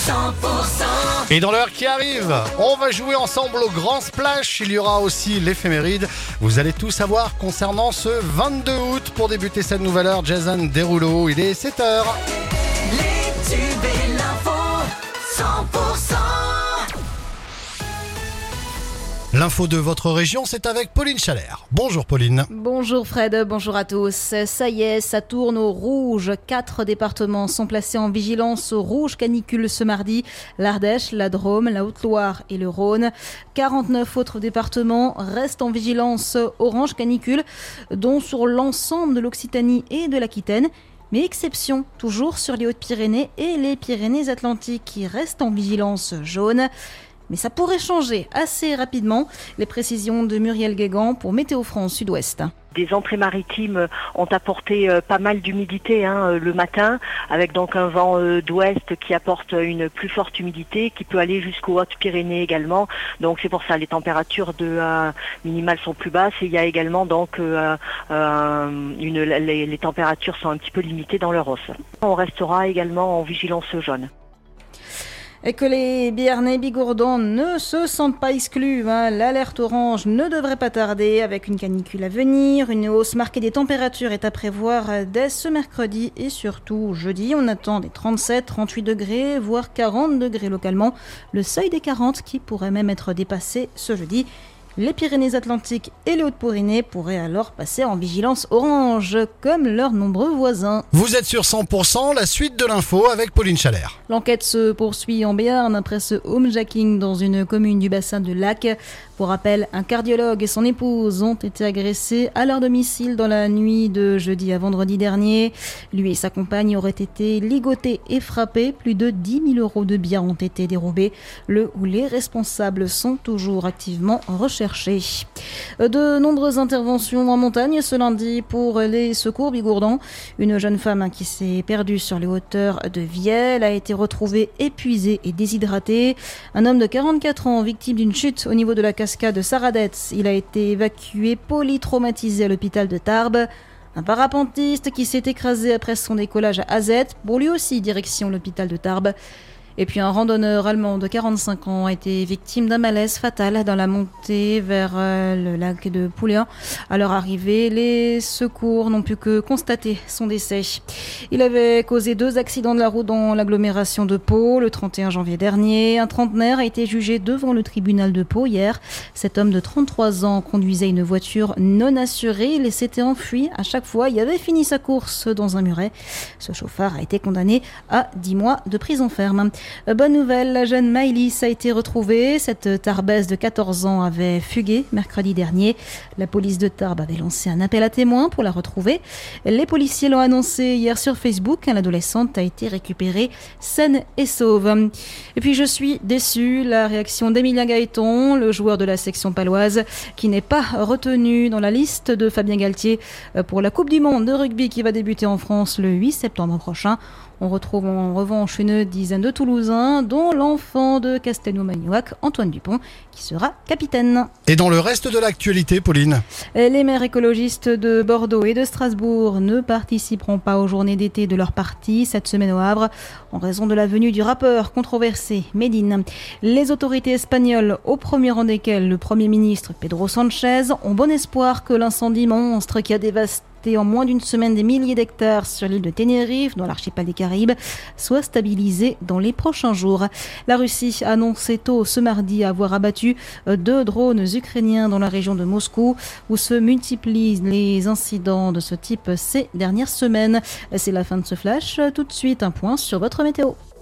100%. Et dans l'heure qui arrive, on va jouer ensemble au Grand Splash. Il y aura aussi l'éphéméride. Vous allez tout savoir concernant ce 22 août. Pour débuter cette nouvelle heure, Jason Derulo, il est 7h. Les tubes et l'info, 100%. L'info de votre région, c'est avec Pauline Chalère. Bonjour Pauline. Bonjour Fred, bonjour à tous. Ça y est, ça tourne au rouge. 4 départements sont placés en vigilance au rouge canicule ce mardi. L'Ardèche, la Drôme, la Haute-Loire et le Rhône. 49 autres départements restent en vigilance orange canicule, dont sur l'ensemble de l'Occitanie et de l'Aquitaine. Mais exception toujours sur les Hautes-Pyrénées et les Pyrénées-Atlantiques qui restent en vigilance jaune. Mais ça pourrait changer assez rapidement. Les précisions de Muriel Guégan pour Météo France Sud-Ouest. Des entrées maritimes ont apporté pas mal d'humidité le matin, avec donc un vent d'ouest qui apporte une plus forte humidité, qui peut aller jusqu'aux Hautes-Pyrénées également. Donc c'est pour ça les températures minimales sont plus basses et il y a également donc les températures sont un petit peu limitées dans leur hausse. On restera également en vigilance jaune. Et que les Biarnais bigourdans ne se sentent pas exclus. L'alerte orange ne devrait pas tarder avec une canicule à venir. Une hausse marquée des températures est à prévoir dès ce mercredi et surtout jeudi. On attend des 37, 38 degrés, voire 40 degrés localement. Le seuil des 40 qui pourrait même être dépassé ce jeudi. Les Pyrénées-Atlantiques et les Hautes-Pyrénées pourraient alors passer en vigilance orange, comme leurs nombreux voisins. Vous êtes sur 100%, la suite de l'info avec Pauline Chalère. L'enquête se poursuit en Béarn après ce homejacking dans une commune du bassin de Lac. Pour rappel, un cardiologue et son épouse ont été agressés à leur domicile dans la nuit de jeudi à vendredi dernier. Lui et sa compagne auraient été ligotés et frappés. Plus de 10 000 € de biens ont été dérobés. Le ou les responsables sont toujours activement recherchés. De nombreuses interventions en montagne ce lundi pour les secours bigourdans. Une jeune femme qui s'est perdue sur les hauteurs de Vielle a été retrouvée épuisée et déshydratée. Un homme de 44 ans victime d'une chute au niveau de la cascade Saradette. Il a été évacué polytraumatisé à l'hôpital de Tarbes. Un parapentiste qui s'est écrasé après son décollage à Azette. Pour lui aussi, direction l'hôpital de Tarbes. Et puis un randonneur allemand de 45 ans a été victime d'un malaise fatal dans la montée vers le lac de Pouléan. À leur arrivée, les secours n'ont pu que constater son décès. Il avait causé 2 accidents de la route dans l'agglomération de Pau le 31 janvier dernier. Un trentenaire a été jugé devant le tribunal de Pau hier. Cet homme de 33 ans conduisait une voiture non assurée. Il s'était enfui à chaque fois. Il avait fini sa course dans un muret. Ce chauffard a été condamné à 10 mois de prison ferme. Bonne nouvelle, la jeune Maëlys a été retrouvée. Cette Tarbaise de 14 ans avait fugué mercredi dernier. La police de Tarbes avait lancé un appel à témoins pour la retrouver. Les policiers l'ont annoncé hier sur Facebook. L'adolescente a été récupérée saine et sauve. Et puis je suis déçue, la réaction d'Emilien Gaëton, le joueur de la section paloise, qui n'est pas retenu dans la liste de Fabien Galtier pour la Coupe du Monde de rugby qui va débuter en France le 8 septembre prochain. On retrouve en revanche une dizaine de Toulousains, dont l'enfant de Castelnau-Magnoac, Antoine Dupont, qui sera capitaine. Et dans le reste de l'actualité, Pauline ? Les maires écologistes de Bordeaux et de Strasbourg ne participeront pas aux journées d'été de leur parti cette semaine au Havre, en raison de la venue du rappeur controversé Medine. Les autorités espagnoles, au premier rang desquelles le Premier ministre Pedro Sánchez, ont bon espoir que l'incendie monstre qui a dévasté en moins d'une semaine des milliers d'hectares sur l'île de Tenerife, dans l'archipel des Caraïbes, soit stabilisé dans les prochains jours. La Russie a annoncé tôt ce mardi avoir abattu 2 drones ukrainiens dans la région de Moscou, où se multiplient les incidents de ce type ces dernières semaines. C'est la fin de ce flash. Tout de suite, un point sur votre météo.